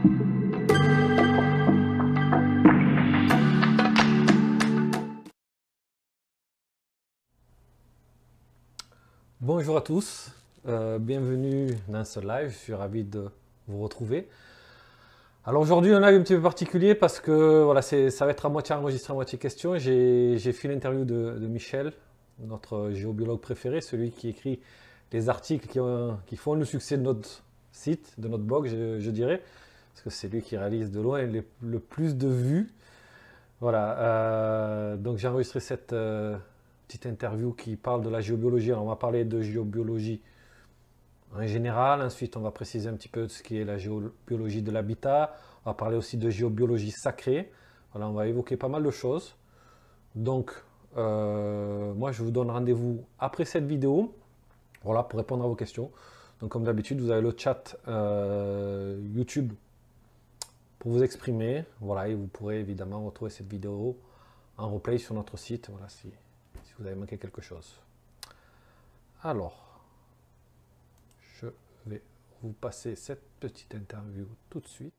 Bonjour à tous, bienvenue dans ce live, je suis ravi de vous retrouver. Alors aujourd'hui un live un petit peu particulier parce que voilà, ça va être à moitié enregistré, à moitié question. J'ai fait l'interview de Michel, notre géobiologue préféré, celui qui écrit les articles qui font le succès de notre site, de notre blog je dirais, parce que c'est lui qui réalise de loin le plus de vues. Voilà, donc j'ai enregistré cette petite interview qui parle de la géobiologie. Alors on va parler de géobiologie en général, ensuite on va préciser un petit peu ce qui est la géobiologie de l'habitat, on va parler aussi de géobiologie sacrée. Voilà, on va évoquer pas mal de choses. Donc moi je vous donne rendez-vous après cette vidéo, voilà, pour répondre à vos questions. Donc comme d'habitude vous avez le chat YouTube pour vous exprimer, voilà, et vous pourrez évidemment retrouver cette vidéo en replay sur notre site, voilà, si vous avez manqué quelque chose. Alors, je vais vous passer cette petite interview tout de suite.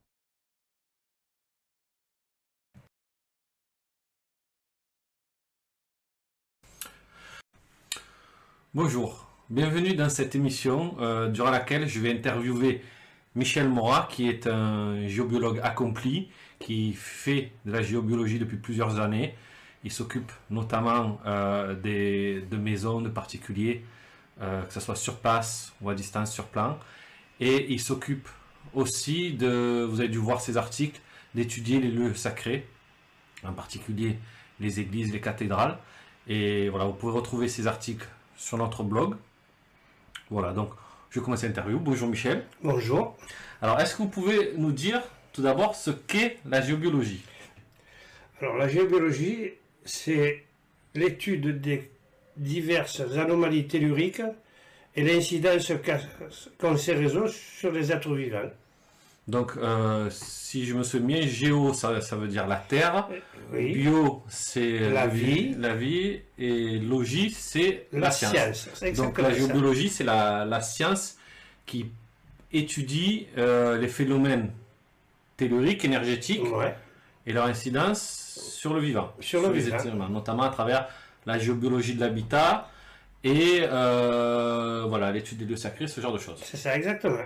Bonjour, bienvenue dans cette émission durant laquelle je vais interviewer Michel Morat, qui est un géobiologue accompli, qui fait de la géobiologie depuis plusieurs années. Il s'occupe notamment de maisons, de particuliers, que ce soit sur place ou à distance sur plan. Et il s'occupe aussi vous avez dû voir ses articles, d'étudier les lieux sacrés, en particulier les églises, les cathédrales. Et voilà, vous pouvez retrouver ces articles sur notre blog. Voilà, donc je vais commencer l'interview. Bonjour Michel. Bonjour. Alors, est-ce que vous pouvez nous dire tout d'abord ce qu'est la géobiologie? Alors, la géobiologie, c'est l'étude des diverses anomalies telluriques et l'incidence qu'ont ces réseaux sur les êtres vivants. Donc, si je me souviens bien, géo, ça veut dire la terre. Oui. Bio, c'est La vie. Et logie, c'est la science. Donc, la géobiologie, c'est la science qui étudie les phénomènes telluriques, énergétiques, ouais, et leur incidence sur le vivant, sur les êtres humains, notamment à travers la géobiologie de l'habitat et voilà, l'étude des lieux sacrés, ce genre de choses. C'est ça, exactement.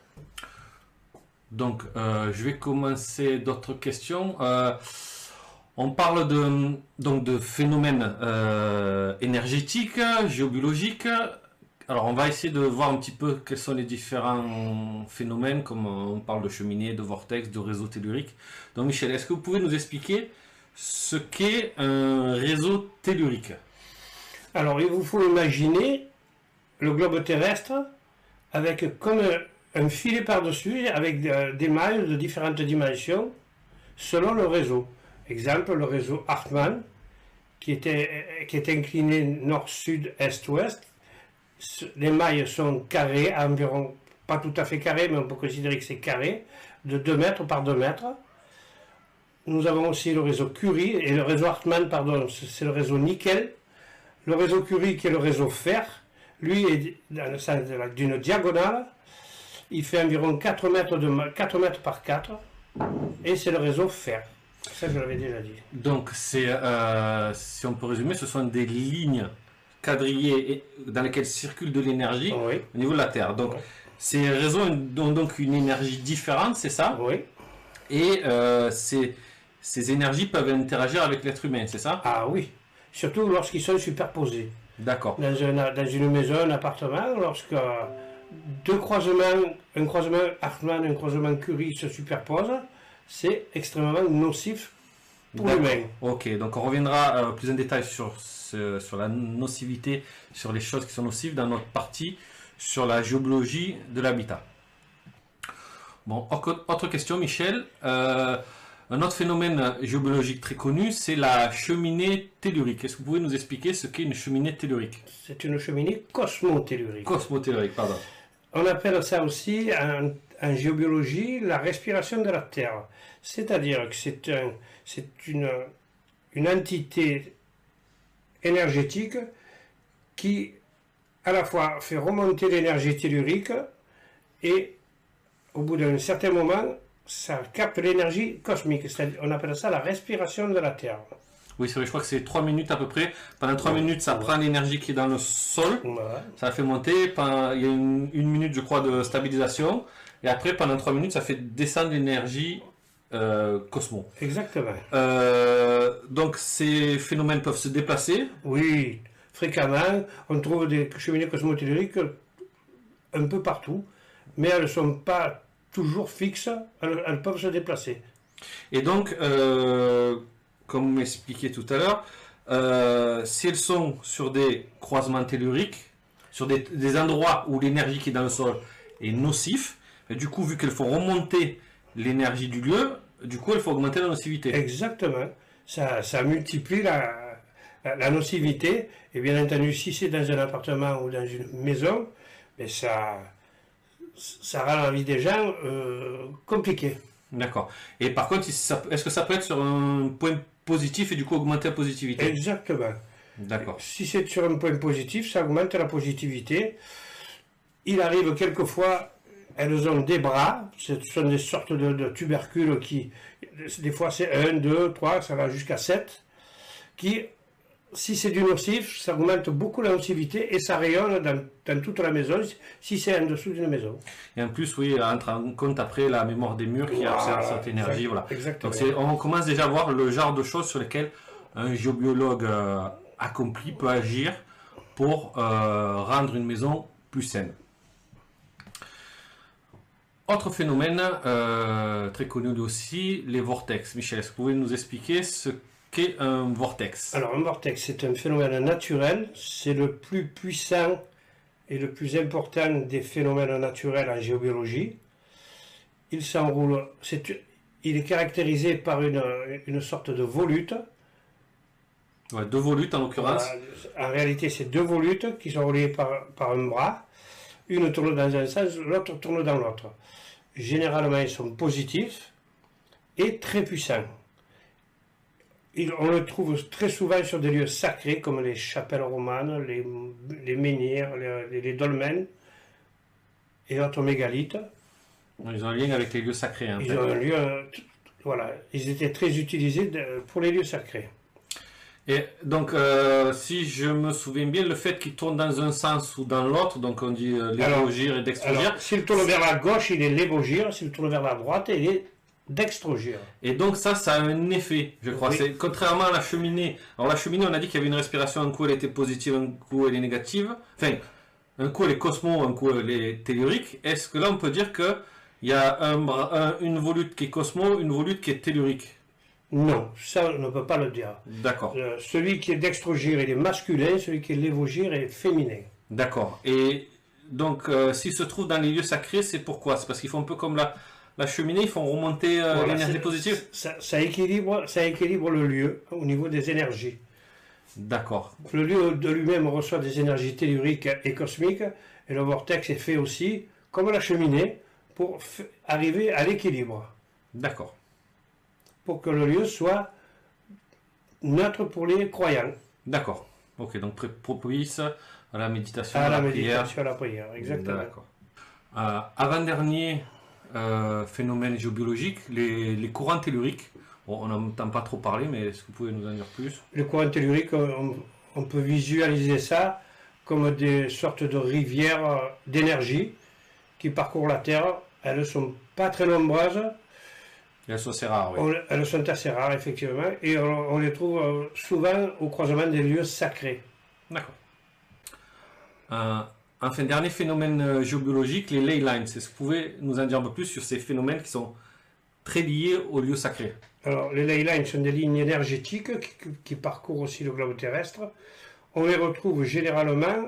Donc, je vais commencer d'autres questions. On parle de phénomènes énergétiques, géobiologiques. Alors, on va essayer de voir un petit peu quels sont les différents phénomènes, comme on parle de cheminées, de vortex, de réseaux telluriques. Donc, Michel, est-ce que vous pouvez nous expliquer ce qu'est un réseau tellurique? Alors, il vous faut imaginer le globe terrestre avec comme un filet par-dessus, avec des mailles de différentes dimensions, selon le réseau. Exemple, le réseau Hartmann, qui est incliné nord, sud, est, ouest. Les mailles sont carrées, environ, pas tout à fait carrées, mais on peut considérer que c'est carré, de 2 mètres par 2 mètres. Nous avons aussi le réseau Curie, et le réseau Hartmann, pardon, c'est le réseau nickel. Le réseau Curie, qui est le réseau fer, lui est dans le sens d'une diagonale. Il fait environ 4 mètres par 4, et c'est le réseau fer. Ça, je l'avais déjà dit. Donc, si on peut résumer, ce sont des lignes quadrillées dans lesquelles circule de l'énergie Oui. au niveau de la Terre. Donc, Oui. ces réseaux ont donc une énergie différente, c'est ça? Oui. Et ces énergies peuvent interagir avec l'être humain, c'est ça? Ah oui. Surtout lorsqu'ils sont superposés. D'accord. Dans une maison, un appartement, lorsque un croisement Hartmann et un croisement Curie se superposent, c'est extrêmement nocif pour l'humain. Ok, donc on reviendra plus en détail sur la nocivité, sur les choses qui sont nocives dans notre partie sur la géobiologie de l'habitat. Bon, autre question, Michel. Un autre phénomène géobiologique très connu, c'est la cheminée tellurique. Est-ce que vous pouvez nous expliquer ce qu'est une cheminée tellurique? C'est une cheminée cosmotellurique. Cosmotellurique, pardon. On appelle ça aussi en géobiologie la respiration de la Terre. C'est-à-dire que c'est une entité énergétique qui à la fois fait remonter l'énergie tellurique et au bout d'un certain moment ça capte l'énergie cosmique. On appelle ça la respiration de la Terre. Oui, c'est vrai, je crois que c'est 3 minutes à peu près. Pendant 3 minutes, ça prend l'énergie qui est dans le sol, ça la fait monter. Il y a une minute, je crois, de stabilisation. Et après, pendant 3 minutes, ça fait descendre l'énergie Cosmo. Exactement. Donc, ces phénomènes peuvent se déplacer. Oui, fréquemment. On trouve des cheminées cosmotelluriques un peu partout, mais elles ne sont pas toujours fixes, elles peuvent se déplacer. Et donc, comme vous m'expliquiez tout à l'heure, si elles sont sur des croisements telluriques, sur des endroits où l'énergie qui est dans le sol est nocif, et du coup, vu qu'elles font remonter l'énergie du lieu, du coup, il faut augmenter la nocivité. Exactement. Ça multiplie la nocivité. Et bien entendu, si c'est dans un appartement ou dans une maison, mais ça rend la vie des gens compliquée. D'accord. Et par contre, est-ce que ça peut être sur un point positif et du coup augmenter la positivité? Exactement. D'accord. Si c'est sur un point positif, ça augmente la positivité. Il arrive quelquefois, elles ont des bras, ce sont des sortes de tubercules qui, des fois c'est 1, 2, 3, ça va jusqu'à 7, qui, si c'est du nocif, ça augmente beaucoup la nocivité et ça rayonne dans toute la maison, si c'est en dessous d'une maison. Et en plus, oui, entre en compte après la mémoire des murs qui absorbe cette énergie. Voilà. Exactement. Donc on commence déjà à voir le genre de choses sur lesquelles un géobiologue accompli peut agir pour rendre une maison plus saine. Autre phénomène très connu aussi, les vortex. Michel, est-ce que vous pouvez nous expliquer ce qu'est un vortex? Alors un vortex, c'est un phénomène naturel, c'est le plus puissant et le plus important des phénomènes naturels en géobiologie. Il s'enroule, il est caractérisé par une sorte de volute. Ouais, 2 volutes en l'occurrence. En réalité, c'est 2 volutes qui sont reliées par un bras. Une tourne dans un sens, l'autre tourne dans l'autre. Généralement, ils sont positifs et très puissants. On le trouve très souvent sur des lieux sacrés comme les chapelles romanes, les menhirs, les dolmens et autres mégalithes. Ils ont un lien avec les lieux sacrés. Hein, ils ont un lieu, voilà, ils étaient très utilisés pour les lieux sacrés. Et donc, si je me souviens bien, le fait qu'il tourne dans un sens ou dans l'autre, donc on dit lévogir et dextrogir. S'il tourne vers la gauche, il est lévogir. S'il tourne vers la droite, il est dextrogir. Et donc ça a un effet, je crois. Oui. C'est contrairement à la cheminée. Alors la cheminée, on a dit qu'il y avait une respiration, un coup elle était positive, un coup elle est négative. Enfin, un coup elle est cosmo, un coup elle est tellurique. Est-ce que là on peut dire qu'il y a une volute qui est cosmo, une volute qui est tellurique? Non, ça on ne peut pas le dire. D'accord. Celui qui est dextrogir, il est masculin, celui qui est lévogir est féminin. D'accord. Et donc, s'il se trouve dans les lieux sacrés, c'est pourquoi? C'est parce qu'ils font un peu comme la cheminée, ils font remonter l'énergie positive? Ça équilibre le lieu au niveau des énergies. D'accord. Le lieu de lui-même reçoit des énergies telluriques et cosmiques, et le vortex est fait aussi, comme la cheminée, pour arriver à l'équilibre. D'accord. Pour que le lieu soit neutre pour les croyants. D'accord. Ok, donc propice à la méditation, à la méditation, à la prière, exactement. D'accord. Avant-dernier phénomène géobiologique, les courants telluriques. Bon, on n'entend pas trop parler, mais est-ce que vous pouvez nous en dire plus? Les courants telluriques, on peut visualiser ça comme des sortes de rivières d'énergie qui parcourent la Terre. Elles ne sont pas très nombreuses. Elles sont assez rares, oui. Elles sont assez rares, effectivement, et on les trouve souvent au croisement des lieux sacrés. D'accord. Enfin, dernier phénomène géobiologique, les ley lines. Est-ce que vous pouvez nous en dire un peu plus sur ces phénomènes qui sont très liés aux lieux sacrés? Alors, les ley lines sont des lignes énergétiques qui parcourent aussi le globe terrestre. On les retrouve généralement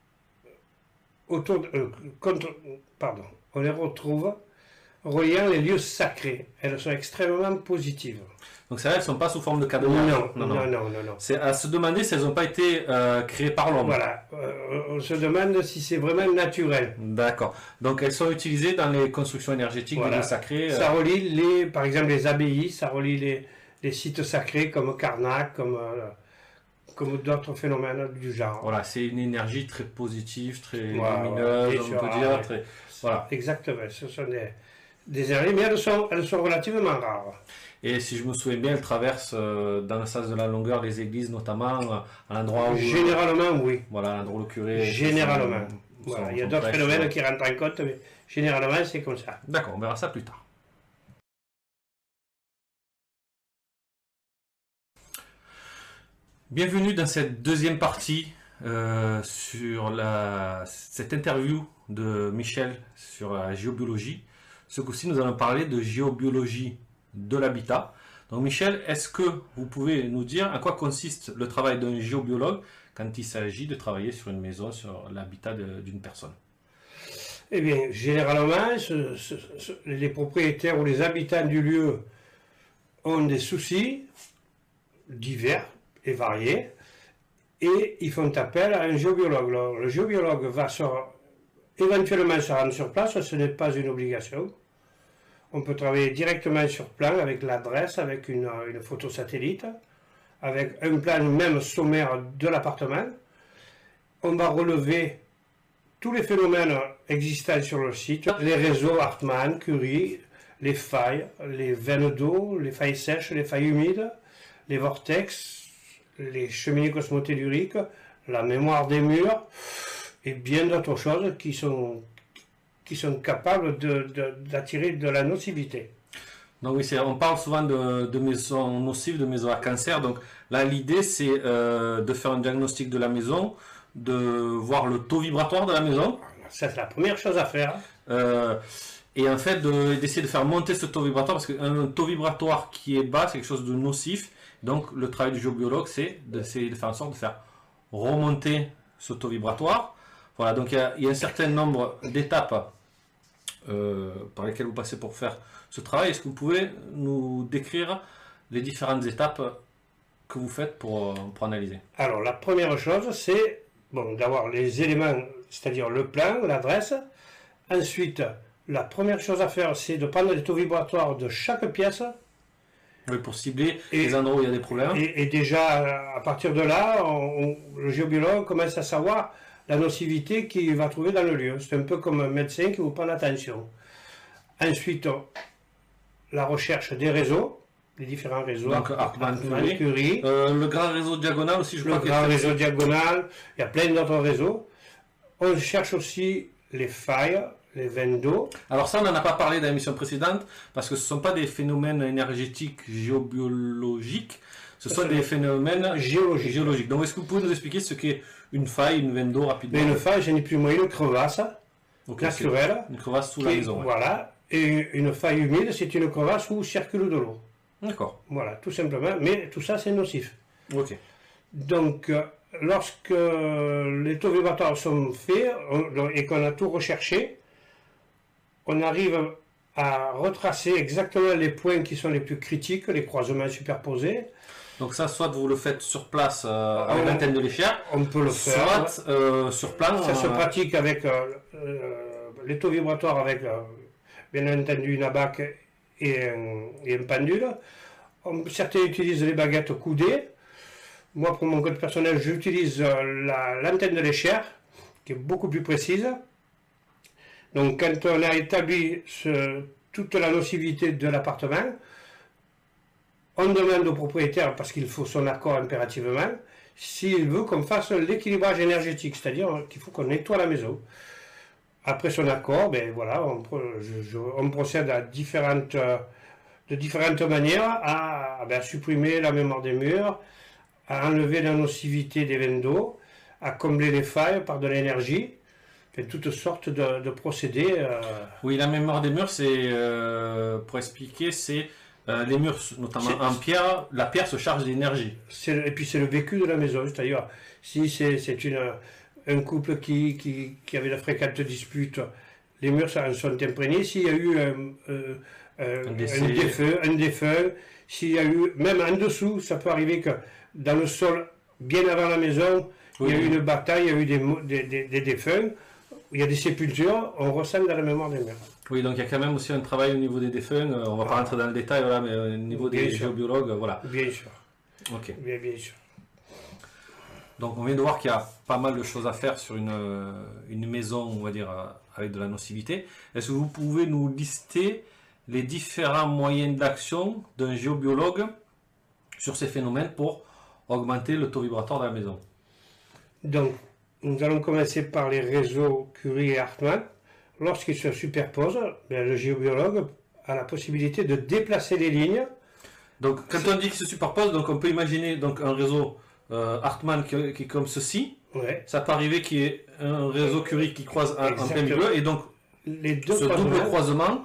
on les retrouve reliant les lieux sacrés. Elles sont extrêmement positives. Donc c'est vrai, elles ne sont pas sous forme de cadeaux. Non. C'est à se demander si elles n'ont pas été créées par l'homme. Voilà, on se demande si c'est vraiment naturel. D'accord. Donc elles sont utilisées dans les constructions énergétiques des lieux sacrés. Ça relie par exemple les abbayes, ça relie les sites sacrés comme Karnak, comme d'autres phénomènes du genre. Voilà, c'est une énergie très positive, très lumineuse, on peut dire. Voilà. Exactement, ce sont des énergies, mais elles sont relativement rares. Et si je me souviens bien, elle traverse dans le sens de la longueur les églises, notamment à l'endroit où... Généralement, oui. Voilà, à l'endroit où le curé... Généralement. Voilà. Il y a d'autres phénomènes qui rentrent en compte, mais généralement, c'est comme ça. D'accord, on verra ça plus tard. Bienvenue dans cette deuxième partie sur cette interview de Michel sur la géobiologie. Ce coup-ci, nous allons parler de géobiologie de l'habitat. Donc Michel, est-ce que vous pouvez nous dire à quoi consiste le travail d'un géobiologue quand il s'agit de travailler sur une maison, sur l'habitat d'une personne? Eh bien, généralement, les propriétaires ou les habitants du lieu ont des soucis divers et variés, et ils font appel à un géobiologue. Le géobiologue va éventuellement se rendre sur place, ce n'est pas une obligation. On peut travailler directement sur plan avec l'adresse, avec une photo satellite, avec un plan même sommaire de l'appartement. On va relever tous les phénomènes existants sur le site, les réseaux Hartmann, Curie, les failles, les veines d'eau, les failles sèches, les failles humides, les vortex, les cheminées cosmotelluriques, la mémoire des murs et bien d'autres choses qui sont capables d'attirer de la nocivité. Donc oui, on parle souvent de maisons nocives, de maisons à cancer. Donc là, l'idée, c'est de faire un diagnostic de la maison, de voir le taux vibratoire de la maison. Ça, c'est la première chose à faire. Et en fait, d'essayer de faire monter ce taux vibratoire, parce qu'un taux vibratoire qui est bas, c'est quelque chose de nocif. Donc le travail du géobiologue, c'est d'essayer de faire en sorte de faire remonter ce taux vibratoire. Voilà, donc il y a un certain nombre d'étapes par lesquelles vous passez pour faire ce travail. Est-ce que vous pouvez nous décrire les différentes étapes que vous faites pour analyser? Alors la première chose, c'est d'avoir les éléments, c'est-à-dire le plan, l'adresse. Ensuite, la première chose à faire, c'est de prendre les taux vibratoires de chaque pièce. Oui, pour cibler les endroits où il y a des problèmes. Et déjà, à partir de là, le géobiologue commence à savoir la nocivité qu'il va trouver dans le lieu. C'est un peu comme un médecin qui vous prend l'attention. Ensuite, la recherche des réseaux, les différents réseaux. Donc, Hartmann, Curie. Le grand réseau diagonal aussi, je crois. Le grand réseau diagonal, il y a plein d'autres réseaux. On cherche aussi les failles, les veines d'eau. Alors ça, on n'en a pas parlé dans l'émission précédente, parce que ce ne sont pas des phénomènes énergétiques géobiologiques, ce sont des phénomènes géologiques. Donc est-ce que vous pouvez nous expliquer ce qu'est une faille, une veine d'eau rapidement? Une faille, je n'ai plus moins une crevasse naturelle. Une crevasse sous la maison. Voilà. Et une faille humide, c'est une crevasse où circule de l'eau. D'accord. Voilà, tout simplement. Mais tout ça, c'est nocif. Ok. Donc, lorsque les taux vibratoires sont faits et qu'on a tout recherché, on arrive à retracer exactement les points qui sont les plus critiques, les croisements superposés. Donc ça, soit vous le faites sur place avec l'antenne de l'échelle, on peut le faire. Soit sur plan. Ça se pratique avec les taux vibratoires, avec bien entendu une abaque et un pendule. Certains utilisent les baguettes coudées. Moi, pour mon compte personnel, j'utilise l'antenne de l'échelle, qui est beaucoup plus précise. Donc, quand on a établi toute la nocivité de l'appartement, on demande au propriétaire, parce qu'il faut son accord impérativement, s'il veut qu'on fasse l'équilibrage énergétique, c'est-à-dire qu'il faut qu'on nettoie la maison. Après son accord, ben voilà, on procède de différentes manières à supprimer la mémoire des murs, à enlever la nocivité des veines d'eau, à combler les failles par de l'énergie. Toutes sortes de procédés. Oui, la mémoire des murs, c'est, pour expliquer, c'est les murs, notamment en pierre, la pierre se charge d'énergie. Et puis c'est le vécu de la maison, c'est-à-dire si c'est un couple qui avait de fréquentes disputes, les murs en sont imprégnés. S'il y a eu un défunt, s'il y a eu, même en dessous, ça peut arriver que dans le sol, bien avant la maison, il y a eu une bataille, il y a eu des défunts. Il y a des sépultures, on ressent dans la mémoire des murs. Oui, donc il y a quand même aussi un travail au niveau des défunts, on ne va pas rentrer dans le détail, voilà, mais au niveau des géobiologues, voilà. Bien sûr. Ok. Bien sûr. Donc on vient de voir qu'il y a pas mal de choses à faire sur une maison, on va dire, avec de la nocivité. Est-ce que vous pouvez nous lister les différents moyens d'action d'un géobiologue sur ces phénomènes pour augmenter le taux vibratoire de la maison. Donc, nous allons commencer par les réseaux Curie et Hartmann. Lorsqu'ils se superposent, le géobiologue a la possibilité de déplacer les lignes. Donc, quand on dit qu'ils se superposent, donc on peut imaginer donc, un réseau Hartmann qui est comme ceci. Ouais. Ça peut arriver qu'il y ait un réseau Curie qui croise en plein milieu, et donc les deux ce double croisement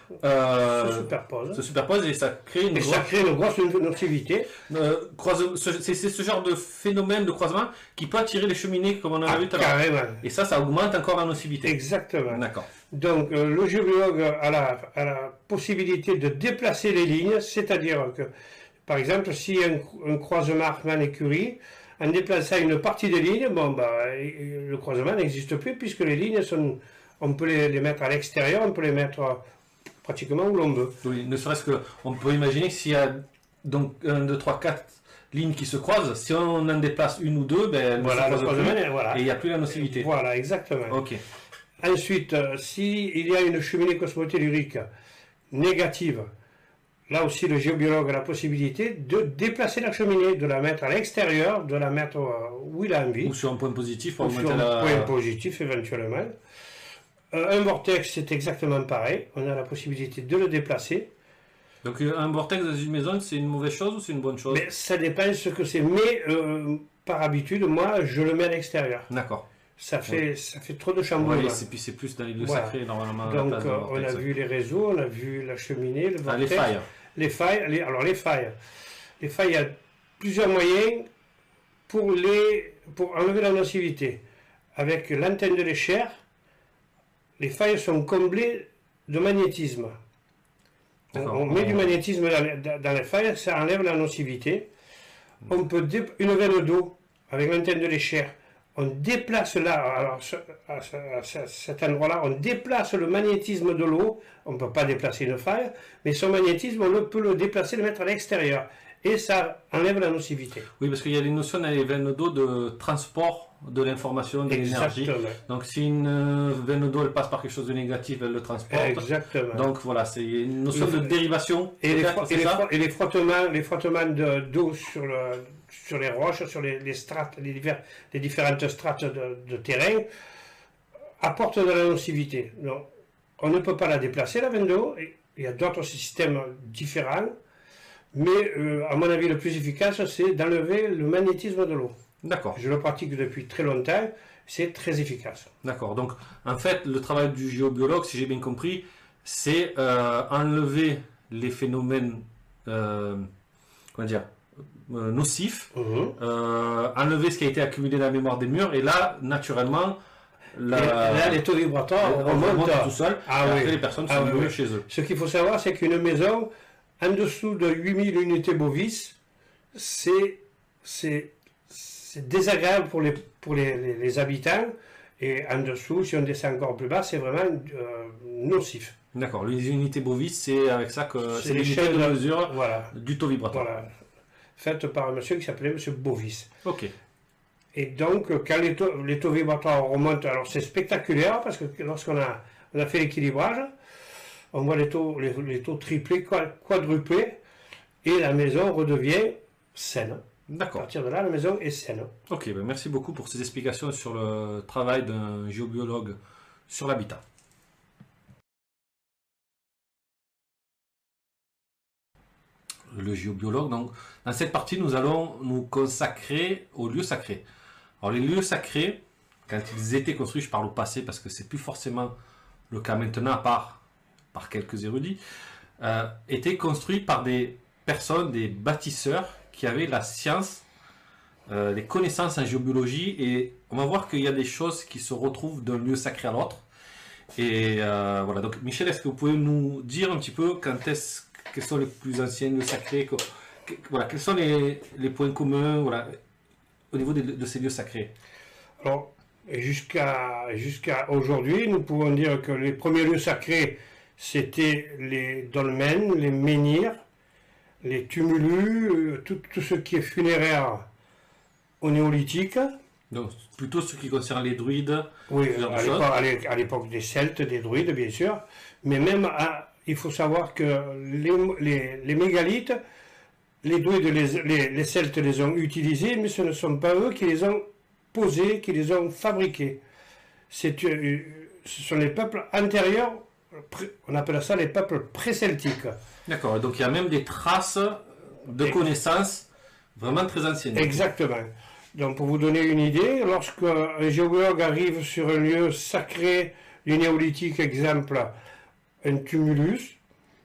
se superpose et ça crée une grosse nocivité. C'est ce genre de phénomène de croisement qui peut attirer les cheminées, comme on en a vu tout à l'heure. Carrément. Et ça augmente encore la nocivité. Exactement. D'accord. Donc, le géobiologue a la possibilité de déplacer les lignes, c'est-à-dire que, par exemple, s'il y a un croisement Hartmann et Curie, en déplaçant une partie des lignes, le croisement n'existe plus puisque les lignes on peut les mettre à l'extérieur, on peut les mettre pratiquement où l'on veut. Oui, ne serait-ce que, on peut imaginer que s'il y a donc 1, 2, 3, 4 lignes qui se croisent, si on en déplace une ou deux, ben, voilà, le croisement, et il n'y a plus la nocivité. Voilà, exactement. Ok. Ensuite, s'il y a une cheminée cosmotellurique négative, là aussi le géobiologue a la possibilité de déplacer la cheminée, de la mettre à l'extérieur, de la mettre où il a envie. Ou sur un point positif pour augmenter un point positif éventuellement. Un vortex, c'est exactement pareil. On a la possibilité de le déplacer. Donc un vortex dans une maison, c'est une mauvaise chose ou c'est une bonne chose? Mais ça dépend ce que c'est. Mais par habitude, moi, je le mets à l'extérieur. D'accord. Ça fait trop de chamboulements. Oui, et puis c'est plus dans les lieux sacrés, normalement. Donc on a vu les réseaux, on a vu la cheminée, le vortex. Les failles. Les failles. Les failles. Les failles, il y a plusieurs moyens pour enlever la nocivité. Avec l'antenne de l'échelle, les failles sont comblées de magnétisme. On met du magnétisme dans les failles, ça enlève la nocivité. On peut une veine d'eau avec l'antenne de l'échelle. On déplace là, alors à cet endroit-là, on déplace le magnétisme de l'eau. On ne peut pas déplacer une faille, mais son magnétisme, on peut le déplacer, le mettre à l'extérieur. Et ça enlève la nocivité. Oui, parce qu'il y a des notions dans les veines d'eau de transport de l'information, de l'énergie. Donc si une veine d'eau elle passe par quelque chose de négatif, elle le transporte. Exactement. Donc voilà, c'est une notion de dérivation. Et les frottements d'eau sur les roches, sur les strates, les différentes strates de terrain, apportent de la nocivité. Donc, on ne peut pas la déplacer, la veine d'eau. Il y a d'autres systèmes différents. Mais à mon avis, le plus efficace, c'est d'enlever le magnétisme de l'eau. D'accord. Je le pratique depuis très longtemps, c'est très efficace. D'accord. Donc, en fait, le travail du géobiologue, si j'ai bien compris, c'est enlever les phénomènes, nocifs, enlever ce qui a été accumulé dans la mémoire des murs, et là, naturellement, là les taux vibratoires remontent tout seul, et après les personnes sont mieux chez eux. Ce qu'il faut savoir, c'est qu'une maison, en dessous de 8000 unités bovis, c'est désagréable pour les habitants. Et en dessous, si on descend encore plus bas, c'est vraiment nocif. D'accord. Les unités bovis, c'est avec ça que c'est l'échelle de mesure voilà. du taux vibratoire. Voilà. Faite par un monsieur qui s'appelait monsieur Bovis. Ok. Et donc, quand les taux vibratoires remontent, alors c'est spectaculaire parce que lorsqu'on a fait l'équilibrage, on voit les taux triplés, quadruplés, et la maison redevient saine. D'accord. À partir de là, la maison est saine. Ok, ben merci beaucoup pour ces explications sur le travail d'un géobiologue sur l'habitat. Le géobiologue, donc, dans cette partie, nous allons nous consacrer aux lieux sacrés. Alors, les lieux sacrés, quand ils étaient construits, je parle au passé parce que c'est plus forcément le cas maintenant, à part par quelques érudits, étaient construits par des personnes, des bâtisseurs qui avaient la science, les connaissances en géobiologie, et on va voir qu'il y a des choses qui se retrouvent d'un lieu sacré à l'autre. Et voilà, donc Michel, est-ce que vous pouvez nous dire un petit peu quels sont les plus anciens lieux sacrés, voilà, quels sont les points communs, voilà, au niveau de ces lieux sacrés? Alors, jusqu'à aujourd'hui, nous pouvons dire que les premiers lieux sacrés, c'était les dolmens, les menhirs, les tumulus, tout ce qui est funéraire au néolithique. Donc, plutôt ce qui concerne les druides. Oui, à l'époque des Celtes, des druides, bien sûr. Mais même il faut savoir que les mégalithes, les Druides, les Celtes les ont utilisés, mais ce ne sont pas eux qui les ont posés, qui les ont fabriqués. Ce sont les peuples antérieurs, on appelle ça les peuples pré-celtiques. D'accord, donc il y a même des traces de connaissances vraiment très anciennes. Exactement. Donc pour vous donner une idée, lorsque un géologue arrive sur un lieu sacré du néolithique, exemple un tumulus,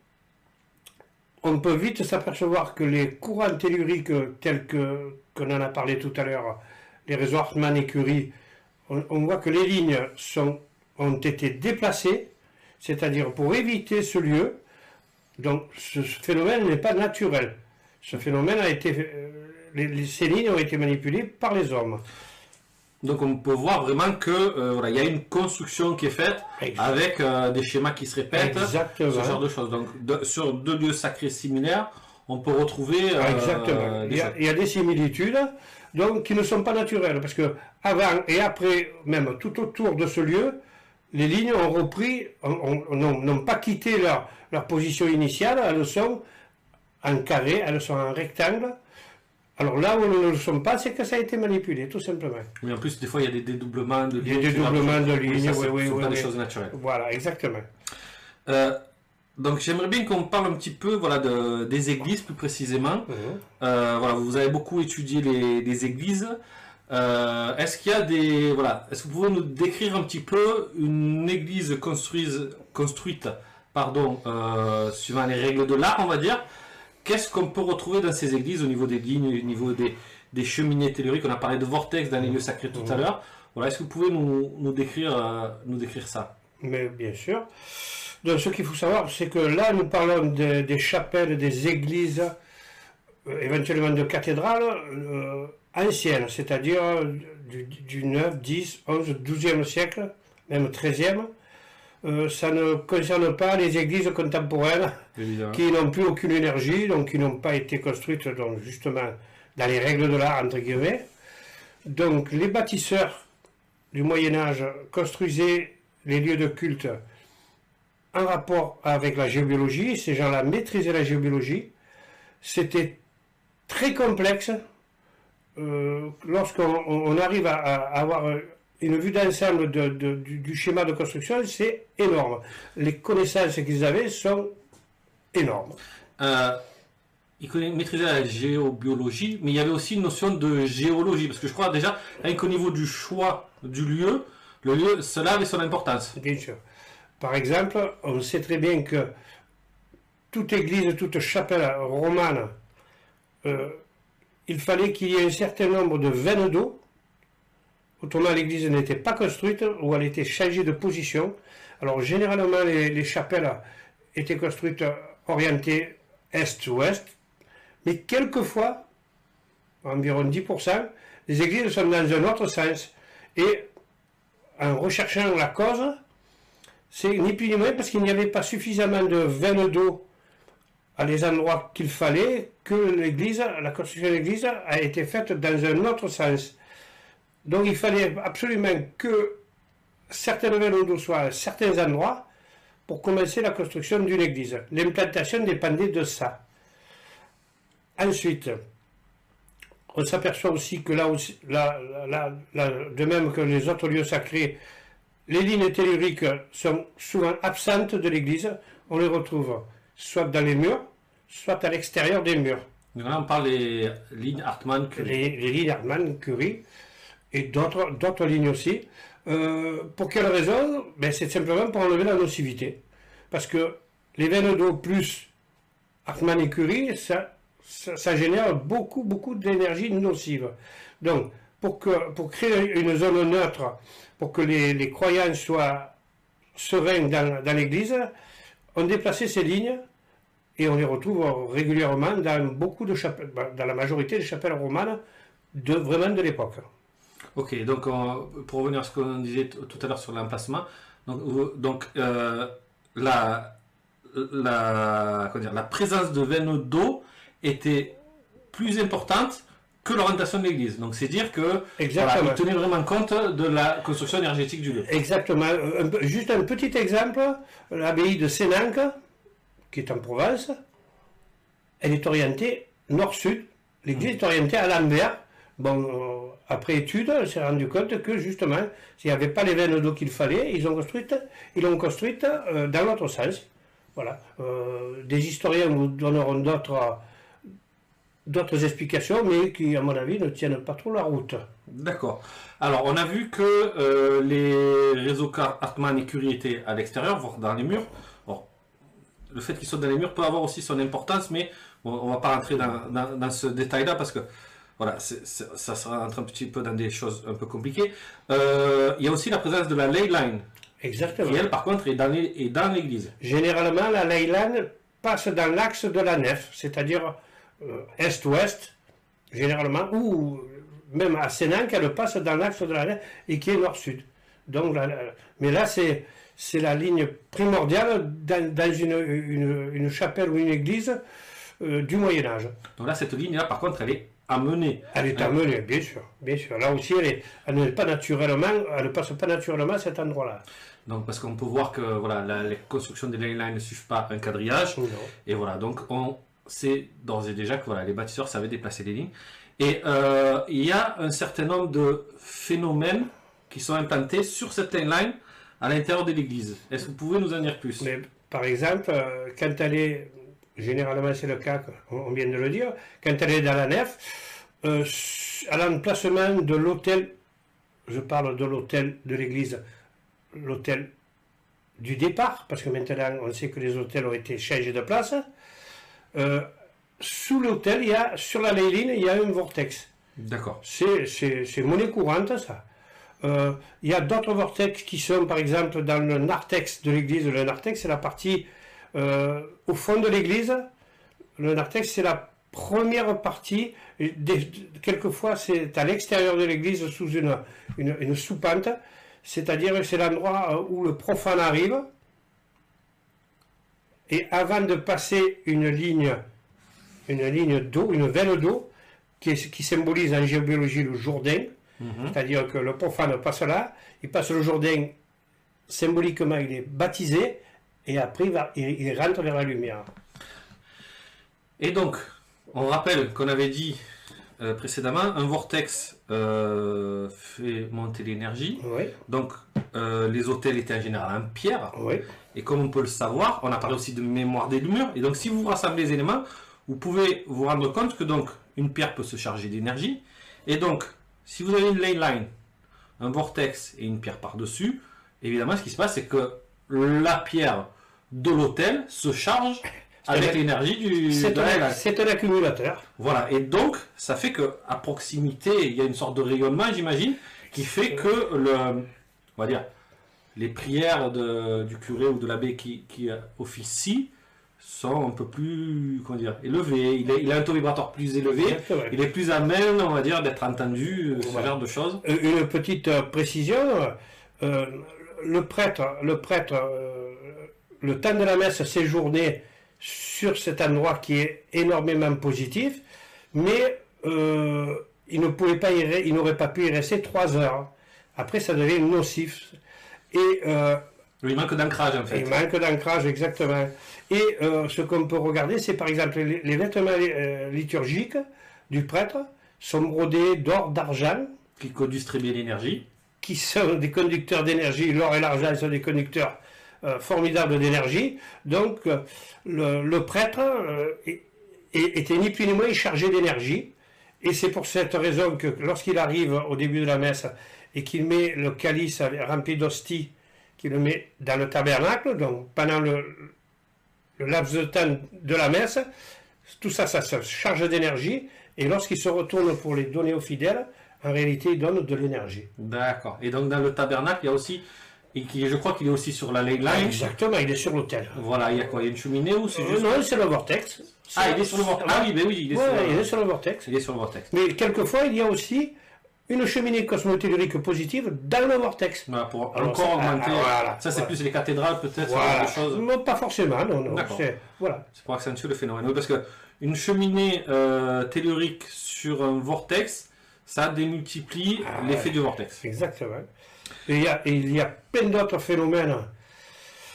on peut vite s'apercevoir que les courants telluriques tels qu'on en a parlé tout à l'heure, les réseaux Hartmann et Curie, on voit que les lignes ont été déplacées, c'est-à-dire pour éviter ce lieu. Donc ce phénomène n'est pas naturel. Ce phénomène a été... ces lignes ont été manipulées par les hommes. Donc on peut voir vraiment que voilà, il y a une construction qui est faite avec des schémas qui se répètent, exactement, ce genre de choses. Donc sur deux lieux sacrés similaires, on peut retrouver exactement. Il y a des similitudes donc qui ne sont pas naturelles parce que avant et après, même tout autour de ce lieu, les lignes ont repris, n'ont pas quitté leur position initiale. Elles sont en carré, elles sont en rectangle. Alors là où elles ne le sont pas, c'est que ça a été manipulé, tout simplement. Mais en plus, des fois, il y a des dédoublements de lignes. Des dédoublements de lignes, oui, ce sont pas des choses naturelles. Voilà, exactement. Donc j'aimerais bien qu'on parle un petit peu voilà, des églises plus précisément. Voilà, vous avez beaucoup étudié les églises. Est-ce qu'il y a des... Voilà, est-ce que vous pouvez nous décrire un petit peu une église construite suivant les règles de l'art, on va dire? Qu'est-ce qu'on peut retrouver dans ces églises au niveau des lignes, au niveau des cheminées telluriques? On a parlé de vortex dans les lieux sacrés tout à l'heure. Voilà, est-ce que vous pouvez nous décrire ça? Mais bien sûr. Donc, ce qu'il faut savoir, c'est que là, nous parlons des chapelles, des églises, éventuellement de cathédrales anciennes, c'est-à-dire du 9, 10, 11, 12e siècle, même 13e. Ça ne concerne pas les églises contemporaines qui n'ont plus aucune énergie, donc qui n'ont pas été construites donc, justement dans les règles de l'art, entre guillemets. Donc les bâtisseurs du Moyen-Âge construisaient les lieux de culte en rapport avec la géobiologie. Ces gens-là maîtrisaient la géobiologie. C'était très complexe. Lorsqu'on arrive à avoir une vue d'ensemble du schéma de construction, c'est énorme. Les connaissances qu'ils avaient sont énormes. Ils maîtrisaient la géobiologie, mais il y avait aussi une notion de géologie, parce que je crois déjà, rien qu'au niveau du choix du lieu, le lieu, cela avait son importance. Bien sûr. Par exemple, on sait très bien que toute église, toute chapelle romane, il fallait qu'il y ait un certain nombre de veines d'eau. Autrement, l'église n'était pas construite ou elle était changée de position. Alors, généralement, les chapelles étaient construites orientées est-ouest, mais quelquefois, environ 10%, les églises sont dans un autre sens. Et en recherchant la cause, c'est ni plus ni moins parce qu'il n'y avait pas suffisamment de veines d'eau à les endroits qu'il fallait que la construction de l'église a été faite dans un autre sens. Donc il fallait absolument que certaines veines d'eau soient à certains endroits pour commencer la construction d'une église. L'implantation dépendait de ça. Ensuite, on s'aperçoit aussi que de même que les autres lieux sacrés, les lignes telluriques sont souvent absentes de l'église. On les retrouve soit dans les murs, soit à l'extérieur des murs. Donc là, on parle des lignes Hartmann-Curie. Les lignes Hartmann-Curie et d'autres lignes aussi. Pour quelle raison? C'est simplement pour enlever la nocivité. Parce que les veines d'eau plus Hartmann et Curie, ça génère beaucoup d'énergie nocive. Donc, pour créer une zone neutre, pour que les croyants soient sereins dans l'église, on déplaçait ces lignes et on les retrouve régulièrement dans beaucoup de chapelles, dans la majorité des chapelles romanes vraiment de l'époque. Ok, donc pour revenir à ce qu'on disait tout à l'heure sur l'emplacement, donc la présence de veines d'eau était plus importante que l'orientation de l'église. Donc c'est dire que il tenait vraiment compte de la construction énergétique du lieu. Exactement. Juste un petit exemple, l'abbaye de Sénanque, qui est en Provence, elle est orientée nord-sud. L'église est orientée à l'envers. Bon, après étude, on s'est rendu compte que justement, s'il n'y avait pas les veines d'eau qu'il fallait, ils l'ont construite dans l'autre sens. Voilà. Des historiens nous donneront d'autres explications, mais qui, à mon avis, ne tiennent pas trop la route. D'accord. Alors, on a vu que les réseaux Hartmann et Curie étaient à l'extérieur, voire dans les murs. Bon, le fait qu'ils soient dans les murs peut avoir aussi son importance, mais bon, on ne va pas rentrer dans ce détail-là parce que voilà, ça sera un petit peu dans des choses un peu compliquées. Il y a aussi la présence de la ley line. Exactement. Qui, elle, par contre, est dans l'église. Généralement, la ley line passe dans l'axe de la nef, c'est-à-dire est-ouest, généralement, ou même à Sénan, qu'elle passe dans l'axe de la nef et qui est nord-sud. Donc, mais là, c'est la ligne primordiale dans une chapelle ou une église du Moyen-Âge. Donc là, cette ligne-là, par contre, elle est amenée. Elle est amenée, bien sûr, bien sûr. Là aussi, elle ne passe pas naturellement à cet endroit-là. Donc, parce qu'on peut voir que voilà, les constructions des ley lines ne suivent pas un quadrillage. Non. Et voilà, donc on sait d'ores et déjà que voilà, les bâtisseurs savaient déplacer les lignes. Et il y a un certain nombre de phénomènes qui sont implantés sur cette ley line à l'intérieur de l'église. Est-ce que vous pouvez nous en dire plus? Mais, par exemple, quand elle est, généralement c'est le cas, on vient de le dire, quand elle est dans la nef, à l'emplacement de l'autel, je parle de l'autel de l'église, l'autel du départ, parce que maintenant on sait que les autels ont été changés de place, sous l'autel, sur la ley line, il y a un vortex. D'accord. C'est monnaie courante, ça. Il y a d'autres vortex qui sont, par exemple, dans le narthex de l'église. Le narthex, c'est la partie au fond de l'église. Le narthex, c'est la première partie. Quelquefois, c'est à l'extérieur de l'église, sous une soupente. C'est-à-dire que c'est l'endroit où le profane arrive. Et avant de passer une ligne d'eau, une veine d'eau, qui symbolise en géobiologie le Jourdain, c'est-à-dire que le profane passe là, il passe le Jourdain, symboliquement il est baptisé, et après il rentre vers la lumière. Et donc, on rappelle qu'on avait dit précédemment, un vortex fait monter l'énergie. Oui. Donc, les autels étaient en général en pierre. Oui. Et comme on peut le savoir, on a parlé aussi de mémoire des murs. Et donc, si vous rassemblez les éléments, vous pouvez vous rendre compte que donc une pierre peut se charger d'énergie. Et donc, si vous avez une ley line, un vortex et une pierre par-dessus, évidemment, ce qui se passe, c'est que la pierre de l'autel se charge avec l'énergie de la ley line. C'est un accumulateur. Voilà. Et donc, ça fait qu'à proximité, il y a une sorte de rayonnement, j'imagine, qui fait que on va dire, les prières du curé ou de l'abbé qui officie sont un peu plus, comment dire, élevées. Il a un taux vibratoire plus élevé. Exactement. Il est plus à même, on va dire, d'être entendu, ce genre de choses. Une petite précision, le prêtre, le temps de la messe séjournait sur cet endroit qui est énormément positif, mais il n'aurait pas pu y rester 3 heures. Après, ça devient nocif. Et il manque d'ancrage, en fait. Il manque d'ancrage, exactement. Et ce qu'on peut regarder, c'est par exemple les vêtements liturgiques du prêtre sont brodés d'or, d'argent. Qui co-distribuent l'énergie. Qui sont des conducteurs d'énergie. L'or et l'argent sont des conducteurs formidables d'énergie. Donc, le prêtre était ni plus ni moins chargé d'énergie. Et c'est pour cette raison que lorsqu'il arrive au début de la messe et qu'il met le calice rempli d'hostie, qu'il le met dans le tabernacle, donc pendant le laps de temps de la messe, tout ça, ça se charge d'énergie, et lorsqu'il se retourne pour les donner aux fidèles, en réalité, il donne de l'énergie. D'accord. Et donc dans le tabernacle, il y a aussi, je crois qu'il est aussi sur la ley line. Exactement, il est sur l'autel. Voilà, il y a quoi? Il y a une cheminée ou c'est juste... Non, c'est le vortex. Il est sur le vortex. Ah oui, ben oui, il est sur le vortex. Il est sur le vortex. Mais quelquefois, il y a aussi une cheminée cosmotellurique positive dans le vortex. Voilà, pour encore augmenter. Voilà, ça, c'est plus les cathédrales, peut-être, voilà. ce genre de choses. Non, pas forcément, non. Voilà. C'est pour accentuer le phénomène. Oui, parce qu'une cheminée tellurique sur un vortex, ça démultiplie l'effet du vortex. Exactement. Et il y a plein d'autres phénomènes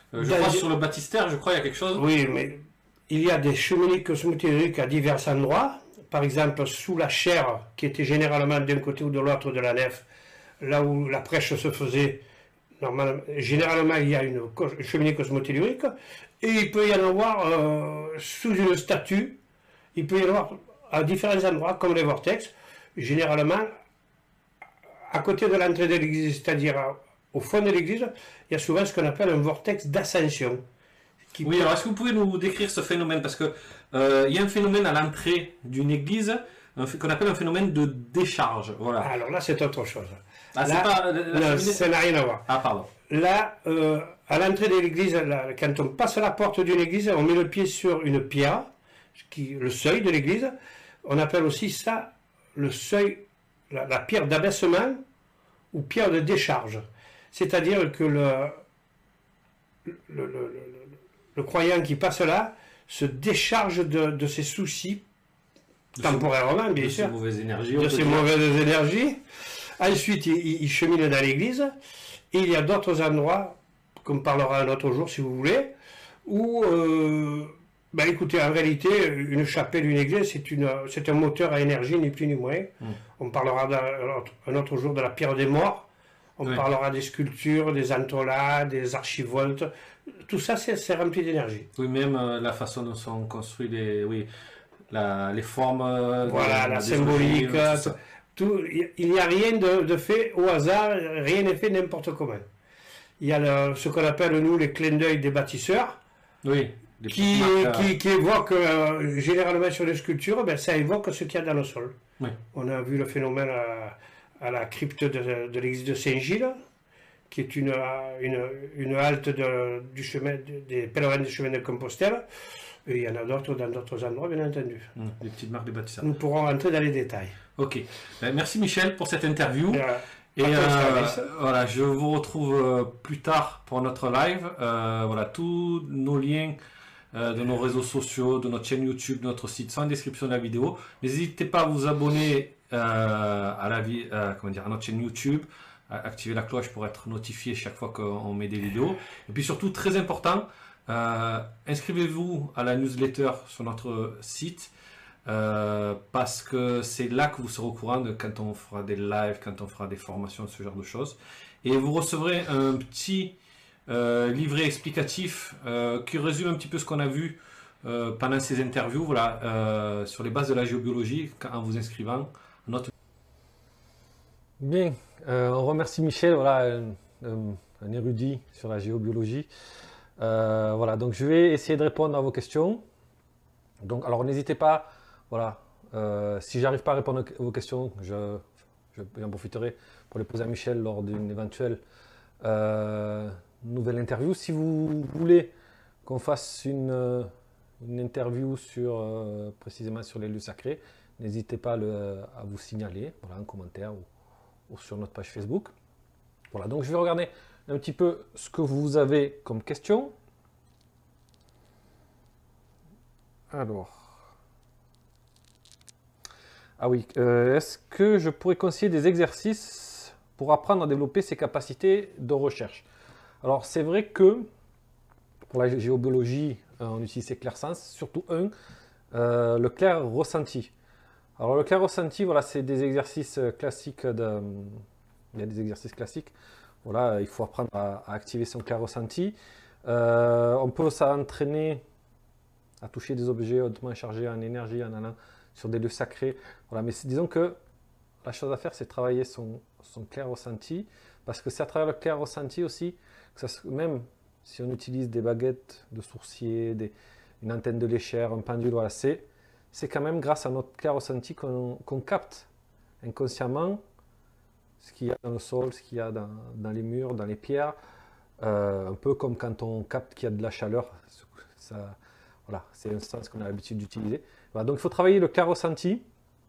Je crois sur le baptistère, je crois, il y a quelque chose. Oui, mais il y a des cheminées cosmotelluriques à divers endroits. Par exemple, sous la chaire, qui était généralement d'un côté ou de l'autre de la nef, là où la prêche se faisait, généralement, il y a une cheminée cosmotellurique. Et il peut y en avoir sous une statue. Il peut y en avoir à différents endroits, comme les vortex. Généralement, à côté de l'entrée de l'église, c'est-à-dire au fond de l'église, il y a souvent ce qu'on appelle un vortex d'ascension. Oui, alors est-ce que vous pouvez nous décrire ce phénomène? Parce que il y a un phénomène à l'entrée d'une église qu'on appelle un phénomène de décharge. Voilà. Alors là, c'est autre chose. Ah, là, pas, ça n'a rien à voir. Ah, pardon. Là, à l'entrée de l'église, quand on passe la porte d'une église, on met le pied sur une pierre, le seuil de l'église. On appelle aussi ça le seuil, la pierre d'abaissement ou pierre de décharge. C'est-à-dire que le croyant qui passe là se décharge de ses soucis, temporairement, bien sûr, de ces mauvaises énergies. De ces mauvaises énergies. Ensuite, il chemine dans l'église. Et il y a d'autres endroits, qu'on parlera un autre jour si vous voulez, où, écoutez, en réalité, une chapelle, une église, c'est un moteur à énergie, ni plus ni moins. On parlera un autre jour de la pierre des morts. On parlera des sculptures, des antolas, des archivoltes. Tout ça, c'est rempli d'énergie. Oui, même la façon dont sont construits les formes. Voilà, la symbolique. Il n'y a rien de fait au hasard, rien n'est fait n'importe comment. Il y a ce qu'on appelle, nous, les clins d'œil des bâtisseurs. Oui. Qui évoquent, généralement sur les sculptures, ça évoque ce qu'il y a dans le sol. Oui. On a vu le phénomène à la crypte de l'église de Saint-Gilles, qui est une halte des pèlerins du chemin de Compostelle. Et il y en a d'autres dans d'autres endroits, bien entendu. Des petites marques de bâtisseurs. Nous pourrons rentrer dans les détails. Ok. Merci Michel pour cette interview. Et voilà, je vous retrouve plus tard pour notre live. Voilà, tous nos liens de nos réseaux sociaux, de notre chaîne YouTube, de notre site sont en description de la vidéo. N'hésitez pas à vous abonner à notre chaîne YouTube, à activer la cloche pour être notifié chaque fois qu'on met des vidéos. Et puis surtout, très important, inscrivez-vous à la newsletter sur notre site. Parce que c'est là que vous serez au courant de quand on fera des lives, quand on fera des formations, ce genre de choses. Et vous recevrez un petit livret explicatif qui résume un petit peu ce qu'on a vu pendant ces interviews, voilà, sur les bases de la géobiologie, en vous inscrivant à notre... Bien, on remercie Michel, voilà, un érudit sur la géobiologie. Voilà, donc je vais essayer de répondre à vos questions. Donc, alors n'hésitez pas. Voilà, si j'arrive pas à répondre à vos questions, j'en profiterai pour les poser à Michel lors d'une éventuelle nouvelle interview. Si vous voulez qu'on fasse une interview précisément sur les lieux sacrés, n'hésitez pas à vous signaler, voilà, en commentaire ou sur notre page Facebook. Voilà, donc je vais regarder un petit peu ce que vous avez comme question. Alors... Ah oui, est-ce que je pourrais conseiller des exercices pour apprendre à développer ses capacités de recherche? Alors c'est vrai que pour la géobiologie, on utilise les clairsens, surtout le clair ressenti. Alors le clair ressenti, voilà, c'est des exercices classiques. Il y a des exercices classiques. Voilà, il faut apprendre à activer son clair ressenti. On peut s'entraîner à toucher des objets hautement chargés en énergie en allant sur des lieux sacrés. Voilà, mais disons que la chose à faire, c'est travailler son clair ressenti, parce que c'est à travers le clair ressenti aussi, même si on utilise des baguettes de sourcier, une antenne de léchère, un pendule, voilà, c'est quand même grâce à notre clair ressenti qu'on capte inconsciemment ce qu'il y a dans le sol, ce qu'il y a dans les murs, dans les pierres, un peu comme quand on capte qu'il y a de la chaleur. Voilà, c'est un sens qu'on a l'habitude d'utiliser. Voilà, donc il faut travailler le clair ressenti.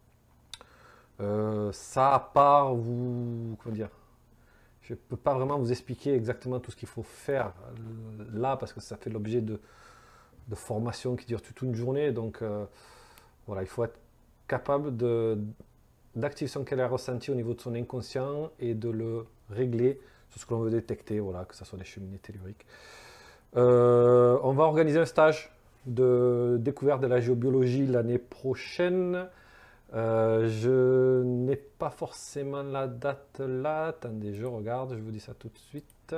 Ça, à part comment dire, je ne peux pas vraiment vous expliquer exactement tout ce qu'il faut faire là, parce que ça fait l'objet de formations qui durent toute une journée. Donc voilà, il faut être capable d'activer son clair ressenti au niveau de son inconscient et de le régler sur ce que l'on veut détecter, voilà, que ce soit des cheminées telluriques. On va organiser un stage de découverte de la géobiologie l'année prochaine. Je n'ai pas forcément la date là. Attendez, je regarde, je vous dis ça tout de suite.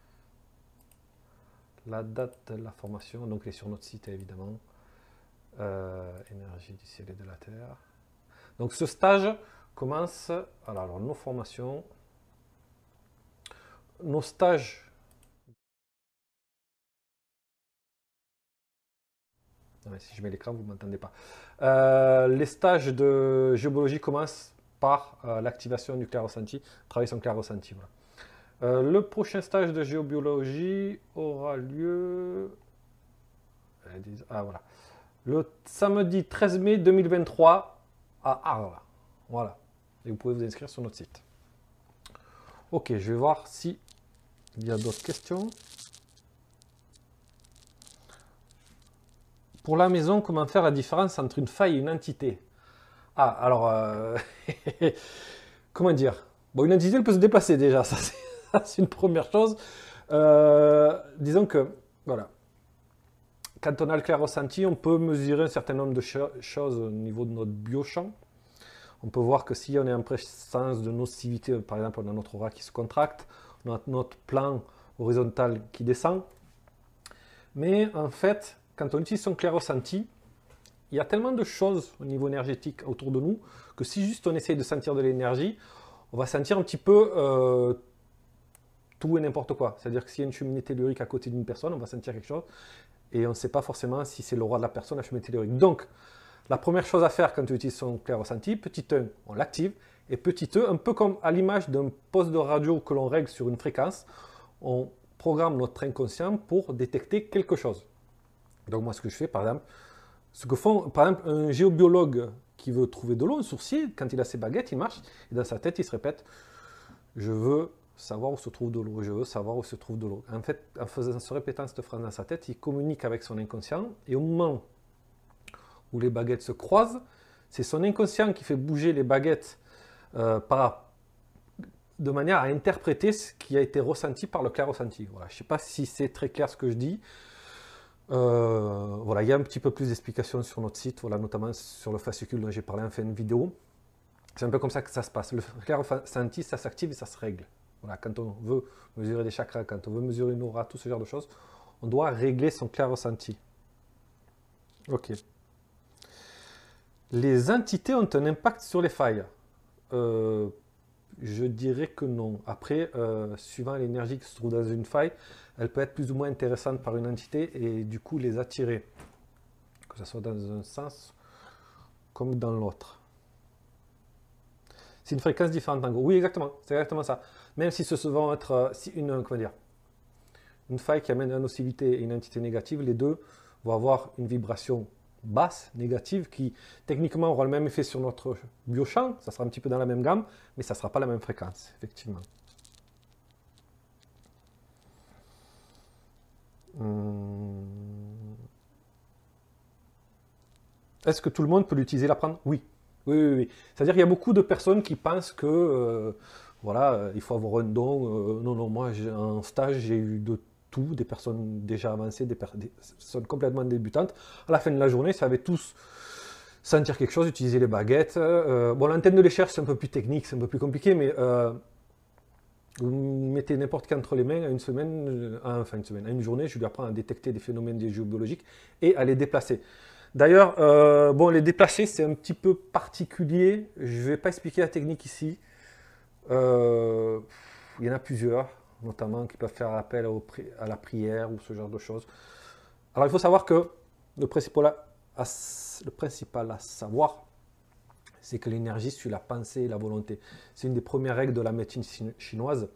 La date de la formation, donc elle est sur notre site évidemment. Énergie du ciel et de la terre. Donc ce stage commence. Alors nos formations. Nos stages. Non, mais si je mets l'écran, vous ne m'entendez pas. Les stages de géobiologie commencent par l'activation du clair ressenti, travailler son clair ressenti. Voilà. Le prochain stage de géobiologie aura lieu voilà. Le samedi 13 mai 2023 à Arles. Voilà. Et vous pouvez vous inscrire sur notre site. Ok, je vais voir si il y a d'autres questions. Pour la maison, comment faire la différence entre une faille et une entité? Ah, alors, comment dire? Bon, une entité, elle peut se déplacer déjà, ça c'est une première chose. Disons que, voilà, quand on a le clair ressenti, on peut mesurer un certain nombre de choses au niveau de notre biochamp. On peut voir que si on est en présence de nocivité, par exemple, on a notre aura qui se contracte, on a notre plan horizontal qui descend. Mais en fait, quand on utilise son clair ressenti, il y a tellement de choses au niveau énergétique autour de nous que si juste on essaye de sentir de l'énergie, on va sentir un petit peu tout et n'importe quoi. C'est-à-dire que s'il y a une cheminée tellurique à côté d'une personne, on va sentir quelque chose et on ne sait pas forcément si c'est l'aura de la personne, la cheminée tellurique. Donc, la première chose à faire quand on utilise son clair ressenti, petit 1, on l'active, et petit 2, un peu comme à l'image d'un poste de radio que l'on règle sur une fréquence, on programme notre inconscient pour détecter quelque chose. Donc moi, ce que je fais, par exemple, ce que font, par exemple, un géobiologue qui veut trouver de l'eau, un sourcier, quand il a ses baguettes, il marche, et dans sa tête, il se répète, je veux savoir où se trouve de l'eau, je veux savoir où se trouve de l'eau. En fait, en se répétant cette phrase dans sa tête, il communique avec son inconscient, et au moment où les baguettes se croisent, c'est son inconscient qui fait bouger les baguettes de manière à interpréter ce qui a été ressenti par le clair ressenti. Voilà. Je ne sais pas si c'est très clair ce que je dis. Voilà, il y a un petit peu plus d'explications sur notre site, voilà, notamment sur le fascicule dont j'ai parlé en fin de vidéo. C'est un peu comme ça que ça se passe. Le clair ressenti, ça s'active et ça se règle. Voilà, quand on veut mesurer des chakras, quand on veut mesurer une aura, tout ce genre de choses, on doit régler son clair ressenti. Ok. Les entités ont un impact sur les failles. Je dirais que non. Après, suivant l'énergie qui se trouve dans une faille, elle peut être plus ou moins intéressante par une entité et du coup les attirer. Que ce soit dans un sens comme dans l'autre. C'est une fréquence différente en gros. Oui, exactement. C'est exactement ça. Même si ce vont être une faille qui amène une nocivité et une entité négative, les deux vont avoir une vibration basse, négative, qui techniquement aura le même effet sur notre biochamp, ça sera un petit peu dans la même gamme, mais ça ne sera pas la même fréquence, effectivement. Est-ce que tout le monde peut l'utiliser, l'apprendre? Oui. Oui. C'est-à-dire qu'il y a beaucoup de personnes qui pensent que voilà, il faut avoir un don. Non, moi en stage, j'ai eu de tout, des personnes déjà avancées, des personnes complètement débutantes. À la fin de la journée, ça avait tous sentir quelque chose, utiliser les baguettes. Bon, l'antenne de l'échelle, c'est un peu plus technique, c'est un peu plus compliqué, mais vous mettez n'importe qui entre les mains à une semaine, à une journée, je lui apprends à détecter des phénomènes géobiologiques et à les déplacer. D'ailleurs, bon, les déplacer, c'est un petit peu particulier. Je ne vais pas expliquer la technique ici. Il y en a plusieurs, notamment qui peuvent faire appel à la prière ou ce genre de choses. Alors, il faut savoir que le principal à savoir, c'est que l'énergie suit la pensée et la volonté. C'est une des premières règles de la médecine chinoise.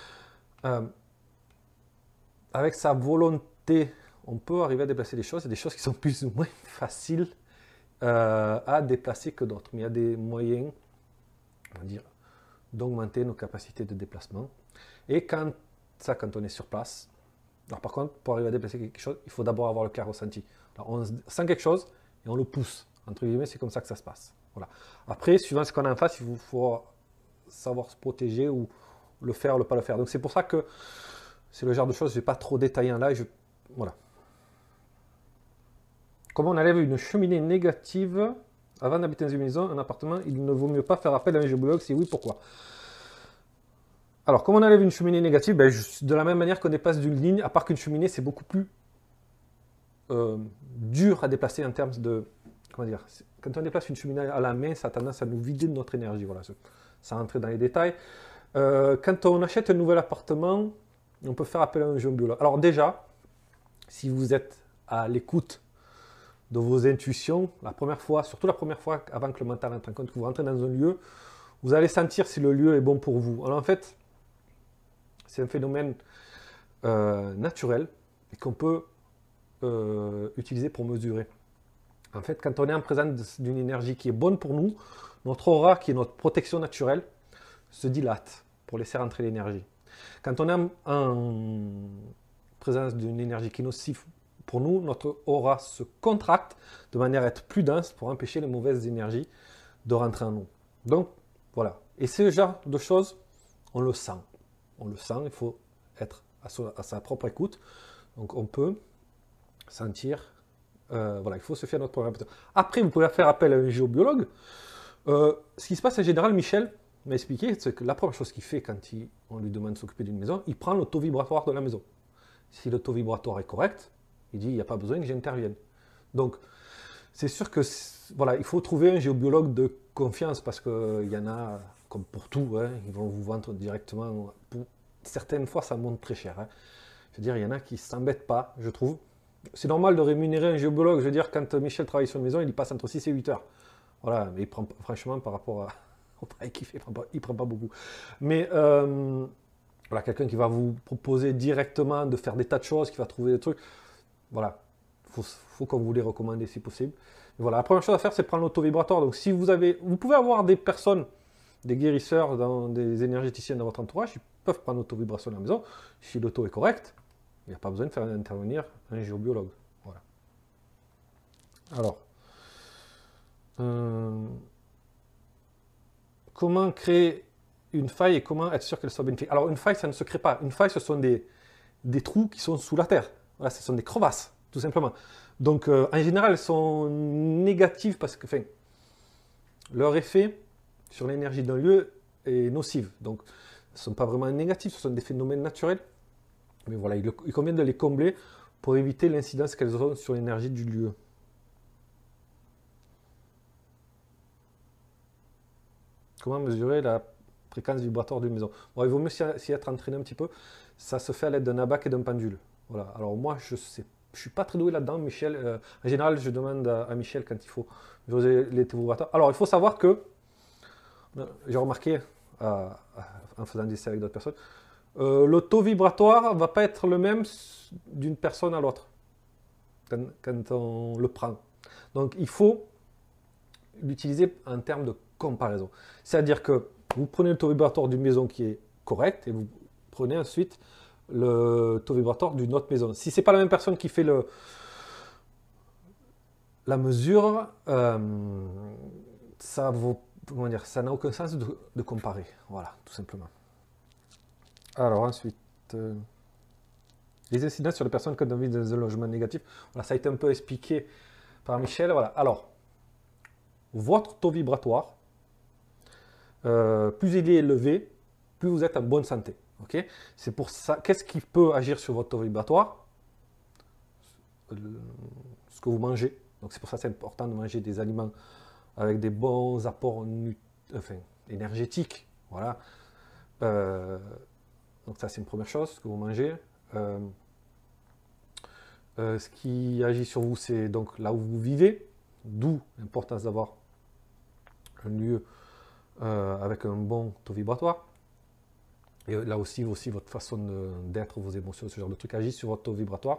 Avec sa volonté, on peut arriver à déplacer des choses, et des choses qui sont plus ou moins faciles à déplacer que d'autres. Mais il y a des moyens, on va dire, d'augmenter nos capacités de déplacement. Et quand on est sur place, alors par contre, pour arriver à déplacer quelque chose, il faut d'abord avoir le clair ressenti. Alors on sent quelque chose et on le pousse. Entre guillemets, c'est comme ça que ça se passe. Voilà. Après, suivant ce qu'on a en face, il faut savoir se protéger ou le faire ou ne pas le faire. Donc c'est pour ça que c'est le genre de choses, je ne vais pas trop détailler en live. voilà. Comment on enlève une cheminée négative avant d'habiter dans une maison, un appartement? Il ne vaut mieux pas faire appel à un géologue, si oui, pourquoi? Alors, comment on enlève une cheminée négative? Ben, de la même manière qu'on dépasse d'une ligne, à part qu'une cheminée, c'est beaucoup plus dur à déplacer en termes de... Comment dire? Quand on déplace une cheminée à la main, ça a tendance à nous vider de notre énergie. Voilà, ça rentre dans les détails. Quand on achète un nouvel appartement, on peut faire appel à un géobiologue. Alors déjà, si vous êtes à l'écoute de vos intuitions, la première fois, surtout la première fois avant que le mental entre en compte, que vous rentrez dans un lieu, vous allez sentir si le lieu est bon pour vous. Alors en fait, c'est un phénomène naturel et qu'on peut utiliser pour mesurer. En fait, quand on est en présence d'une énergie qui est bonne pour nous, notre aura, qui est notre protection naturelle, se dilate pour laisser rentrer l'énergie. Quand on est en présence d'une énergie qui est nocive pour nous, notre aura se contracte de manière à être plus dense pour empêcher les mauvaises énergies de rentrer en nous. Donc, voilà. Et ce genre de choses, on le sent. On le sent, il faut être à sa propre écoute. Donc, on peut sentir... voilà, il faut se fier à notre programme. Après, vous pouvez faire appel à un géobiologue. Ce qui se passe en général, Michel m'a expliqué, c'est que la première chose qu'il fait quand on lui demande de s'occuper d'une maison, il prend le taux vibratoire de la maison. Si le taux vibratoire est correct, il dit il n'y a pas besoin que j'intervienne. Donc, c'est sûr que voilà, il faut trouver un géobiologue de confiance parce qu'il y en a, comme pour tout, hein, ils vont vous vendre directement. Pour certaines fois, ça monte très cher. Hein. Je veux dire, il y en a qui ne s'embêtent pas, je trouve. C'est normal de rémunérer un géobiologue. Je veux dire, quand Michel travaille sur une maison, il y passe entre 6 et 8 heures. Voilà, mais il prend, franchement, par rapport au travail qu'il fait, il ne prend pas beaucoup. Mais voilà, quelqu'un qui va vous proposer directement de faire des tas de choses, qui va trouver des trucs, voilà, il faut qu'on vous les recommande si possible. Et voilà, la première chose à faire, c'est prendre l'auto-vibratoire. Donc, si vous pouvez avoir des personnes, des guérisseurs, des énergéticiens dans votre entourage, ils peuvent prendre l'auto-vibration à la maison. Si l'auto est correct, il n'y a pas besoin de faire intervenir un géobiologue. Voilà. Alors, comment créer une faille et comment être sûr qu'elle soit bénéfique? Alors, une faille, ça ne se crée pas. Une faille, ce sont des trous qui sont sous la terre. Voilà, ce sont des crevasses, tout simplement. Donc, en général, elles sont négatives parce que, enfin, leur effet sur l'énergie d'un lieu est nocif. Donc, elles ne sont pas vraiment négatives, ce sont des phénomènes naturels. Mais voilà, il convient de les combler pour éviter l'incidence qu'elles ont sur l'énergie du lieu. Comment mesurer la fréquence vibratoire d'une maison? Bon, il vaut mieux s'y être entraîné un petit peu. Ça se fait à l'aide d'un abac et d'un pendule. Voilà. Alors moi, je ne suis pas très doué là-dedans, Michel. En général, je demande à Michel quand il faut mesurer les vibrateurs. Alors, il faut savoir que, j'ai remarqué en faisant des essais avec d'autres personnes, le taux vibratoire ne va pas être le même d'une personne à l'autre quand on le prend. Donc, il faut l'utiliser en termes de comparaison. C'est-à-dire que vous prenez le taux vibratoire d'une maison qui est correct et vous prenez ensuite le taux vibratoire d'une autre maison. Si ce n'est pas la même personne qui fait la mesure, ça n'a aucun sens de comparer. Voilà, tout simplement. Alors ensuite, les incidences sur les personnes qui ont envie dans un logement négatif. Voilà, ça a été un peu expliqué par Michel. Voilà. Alors, votre taux vibratoire, plus il est élevé, plus vous êtes en bonne santé. Okay, c'est pour ça. Qu'est-ce qui peut agir sur votre taux vibratoire? Ce que vous mangez. Donc c'est pour ça que c'est important de manger des aliments avec des bons apports énergétiques. Voilà. Donc ça c'est une première chose, ce que vous mangez. Ce qui agit sur vous, c'est donc là où vous vivez, d'où l'importance d'avoir un lieu avec un bon taux vibratoire. Et là aussi votre façon d'être, vos émotions, ce genre de trucs agissent sur votre taux vibratoire.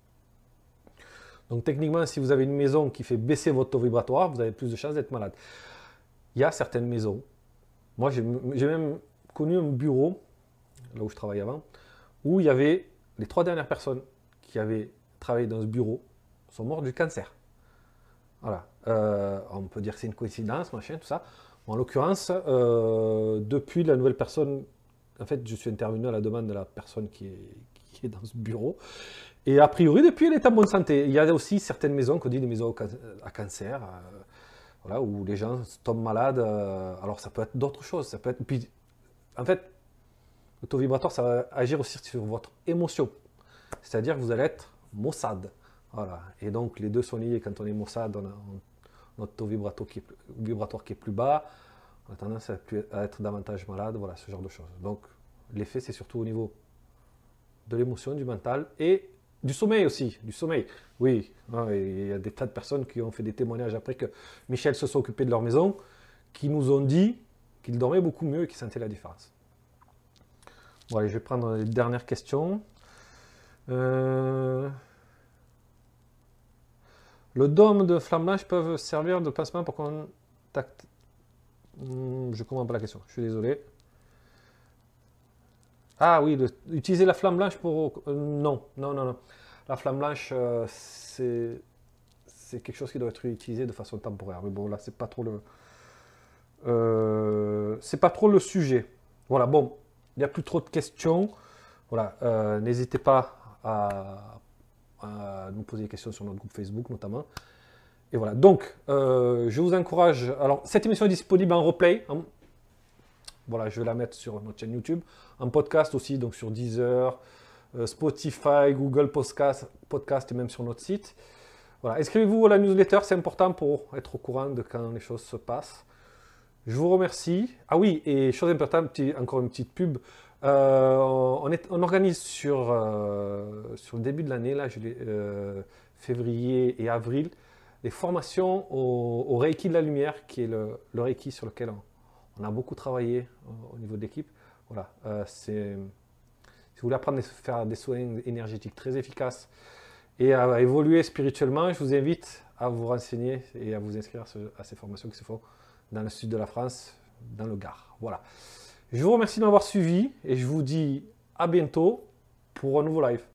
Donc techniquement, si vous avez une maison qui fait baisser votre taux vibratoire, vous avez plus de chances d'être malade. Il y a certaines maisons. Moi, j'ai même connu un bureau, là où je travaillais avant, où il y avait les 3 dernières personnes qui avaient travaillé dans ce bureau sont mortes du cancer. Voilà. On peut dire que c'est une coïncidence, machin, tout ça. En l'occurrence, depuis la nouvelle personne, en fait, je suis intervenu à la demande de la personne qui qui est dans ce bureau. Et a priori, depuis, elle est en bonne santé. Il y a aussi certaines maisons, qu'on dit des maisons à cancer, voilà, où les gens tombent malades. Alors, ça peut être d'autres choses. Ça peut être... Puis, en fait, le taux vibratoire, ça va agir aussi sur votre émotion. C'est-à-dire que vous allez être maussade. Voilà. Et donc, les deux sont liés. Quand on est maussade, on a notre taux vibratoire qui est plus bas. On a tendance à être davantage malade. Voilà, ce genre de choses. Donc, l'effet, c'est surtout au niveau de l'émotion, du mental et du sommeil aussi. Du sommeil. Oui, il y a des tas de personnes qui ont fait des témoignages après que Michel se soit occupé de leur maison, qui nous ont dit qu'ils dormaient beaucoup mieux et qu'ils sentaient la différence. Bon, allez, je vais prendre les dernières questions. Le dôme de flamme blanche peuvent servir de pansement pour contact. Je comprends pas la question, je suis désolé. Ah oui, utiliser la flamme blanche pour... non. La flamme blanche, c'est quelque chose qui doit être utilisé de façon temporaire. Mais bon, là, c'est pas trop le sujet. Voilà, bon, il n'y a plus trop de questions. Voilà, n'hésitez pas à nous poser des questions sur notre groupe Facebook notamment. Et voilà, donc, je vous encourage... Alors, cette émission est disponible en replay. Voilà, je vais la mettre sur notre chaîne YouTube. En podcast aussi, donc sur Deezer, Spotify, Google Podcast et même sur notre site. Voilà, inscrivez-vous à la newsletter, c'est important pour être au courant de quand les choses se passent. Je vous remercie. Ah oui, et chose importante, encore une petite pub. On organise sur le début de l'année, là, février et avril, des formations au Reiki de la lumière, qui est le Reiki sur lequel on a beaucoup travaillé au niveau de l'équipe. Voilà, si vous voulez apprendre à faire des soins énergétiques très efficaces et à évoluer spirituellement, je vous invite à vous renseigner et à vous inscrire à ces formations qui se font dans le sud de la France, dans le Gard. Voilà. Je vous remercie de m'avoir suivi et je vous dis à bientôt pour un nouveau live.